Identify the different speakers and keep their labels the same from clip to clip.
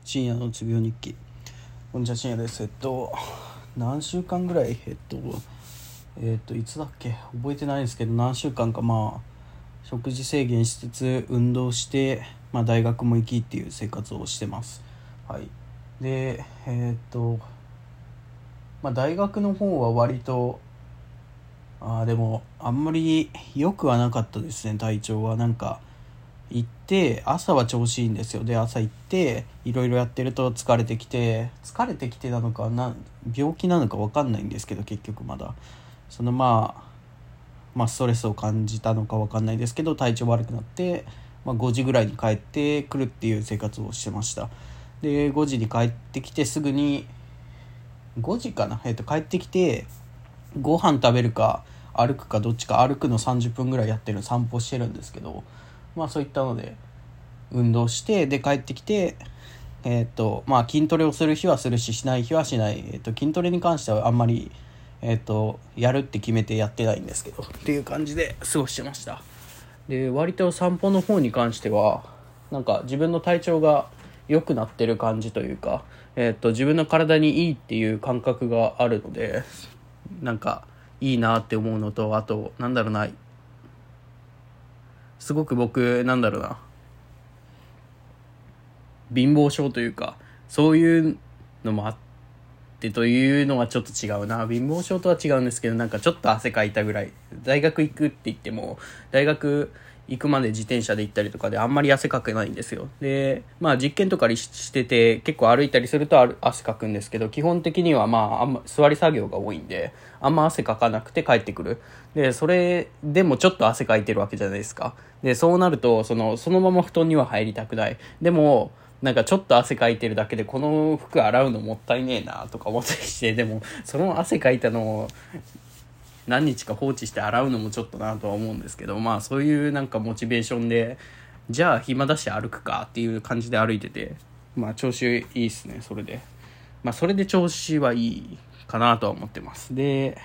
Speaker 1: 深夜のうつ病日記。こんにちは、深夜です。何週間ぐらいいつだっけ覚えてないんですけど、何週間か食事制限しつつ運動して、大学も行きっていう生活をしてます。はい。で大学の方は割とでもあんまり良くはなかったですね。体調は行って朝は調子いいんですよ。で朝行っていろいろやってると疲れてきてなのか病気なのか分かんないんですけど、結局まだそのストレスを感じたのか分かんないですけど、体調悪くなって、5時ぐらいに帰ってくるっていう生活をしてました。で5時に帰ってきてすぐに5時かな、帰ってきてご飯食べるか歩くかどっちか、歩くの30分ぐらいやってる散歩してるんですけど、そういったので運動して、で帰ってきて筋トレをする日はするし、しない日はしない。筋トレに関してはあんまりやるって決めてやってないんですけどっていう感じで過ごしてました。で割と散歩の方に関しては自分の体調が良くなってる感じというか、自分の体にいいっていう感覚があるので、いいなって思うのと、あとすごく僕貧乏症というか、そういうのもあってというのはちょっと違うな。貧乏症とは違うんですけど、ちょっと汗かいたぐらい。大学行くって言っても、大学行くまで自転車で行ったりとかであんまり汗かけないんですよ。で実験とかしてて結構歩いたりすると汗かくんですけど、基本的にはあんま座り作業が多いんであんま汗かかなくて帰ってくる。でそれでもちょっと汗かいてるわけじゃないですか。でそうなるとそのまま布団には入りたくない。でもちょっと汗かいてるだけでこの服洗うのもったいねえなとか思ったりして、でもその汗かいたのを何日か放置して洗うのもちょっとなとは思うんですけど、そういうモチベーションで、じゃあ暇だし歩くかっていう感じで歩いてて、調子いいっすね。それでそれで調子はいいかなとは思ってます。で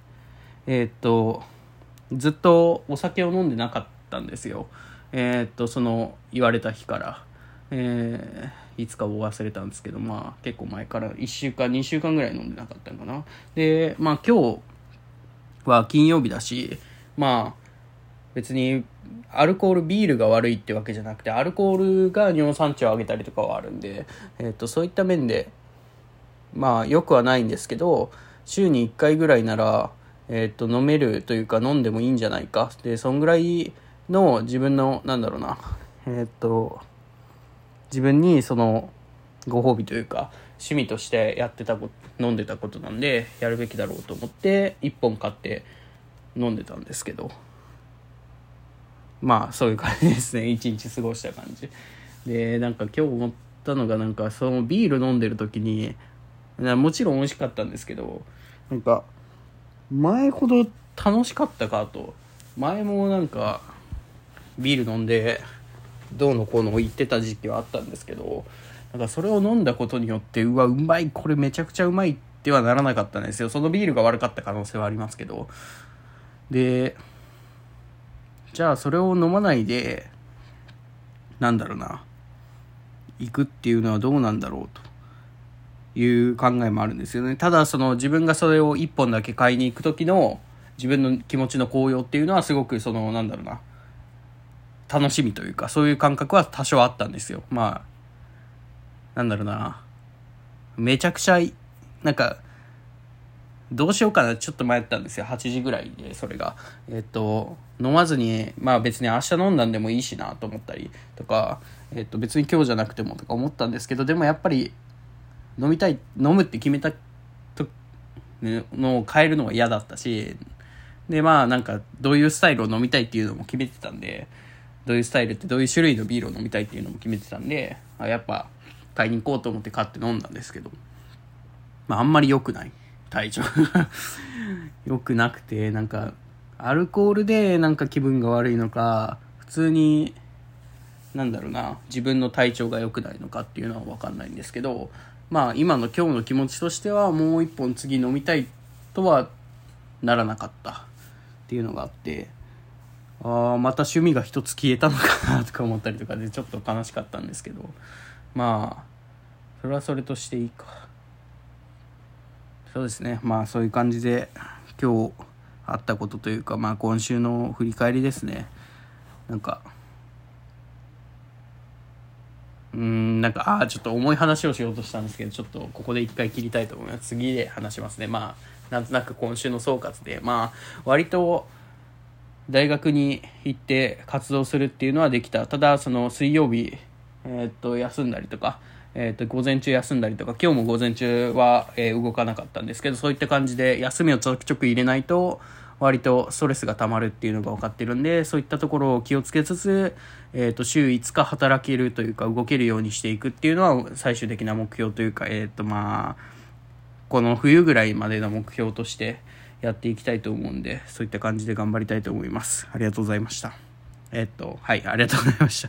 Speaker 1: ずっとお酒を飲んでなかったんですよ。その言われた日から、いつかを忘れたんですけど、結構前から1週間2週間ぐらい飲んでなかったのかな。で今日は金曜日だし、別にアルコールビールが悪いってわけじゃなくて、アルコールが尿酸値を上げたりとかはあるんで、そういった面で良くはないんですけど、週に1回ぐらいなら飲めるというか飲んでもいいんじゃないか。でそんぐらいの自分の自分にそのご褒美というか趣味として飲んでたことなんで、やるべきだろうと思って1本買って飲んでたんですけど、そういう感じですね。一日過ごした感じで、今日思ったのが、そのビール飲んでる時にもちろん美味しかったんですけど、前ほど楽しかったかと。前もビール飲んでどうのこうの言ってた時期はあったんですけど、それを飲んだことによって、うまい、これめちゃくちゃうまいってはならなかったんですよ。そのビールが悪かった可能性はありますけど。でじゃあそれを飲まないで行くっていうのはどうなんだろうという考えもあるんですよね。ただ自分がそれを一本だけ買いに行く時の自分の気持ちの高揚っていうのはすごく楽しみというか、そういう感覚は多少あったんですよ。めちゃくちゃどうしようかなちょっと迷ったんですよ。8時ぐらいでそれが飲まずに別に明日飲んだんでもいいしなと思ったりとか、別に今日じゃなくてもとか思ったんですけど、でもやっぱり飲むって決めたのを変えるのは嫌だったし、でどういうスタイルを飲みたいっていうのも決めてたんで、どういうスタイルってどういう種類のビールを飲みたいっていうのも決めてたんで、やっぱ買いに行こうと思って買って飲んだんですけど、あんまり良くない体調良くなくて、アルコールで気分が悪いのか、普通に自分の体調が良くないのかっていうのは分かんないんですけど、今日の気持ちとしてはもう一本次飲みたいとはならなかったっていうのがあって、また趣味が一つ消えたのかなとか思ったりとかでちょっと悲しかったんですけど、 それはそれとしていいか。そうですね。まあそういう感じで今日あったことというか、まあ今週の振り返りですね。なんかちょっと重い話をしようとしたんですけど、ちょっとここで一回切りたいと思います。次で話しますね。まあなんとなく今週の総括で、まあ割と大学に行って活動するっていうのはできた。ただその水曜日休んだりとか、午前中休んだりとか、今日も午前中は、動かなかったんですけど、そういった感じで休みをちょくちょく入れないと割とストレスが溜まるっていうのが分かってるんで、そういったところを気をつけつつ、週5日働けるというか動けるようにしていくっていうのは最終的な目標というか、この冬ぐらいまでの目標としてやっていきたいと思うんで、そういった感じで頑張りたいと思います。ありがとうございました。はい、ありがとうございました。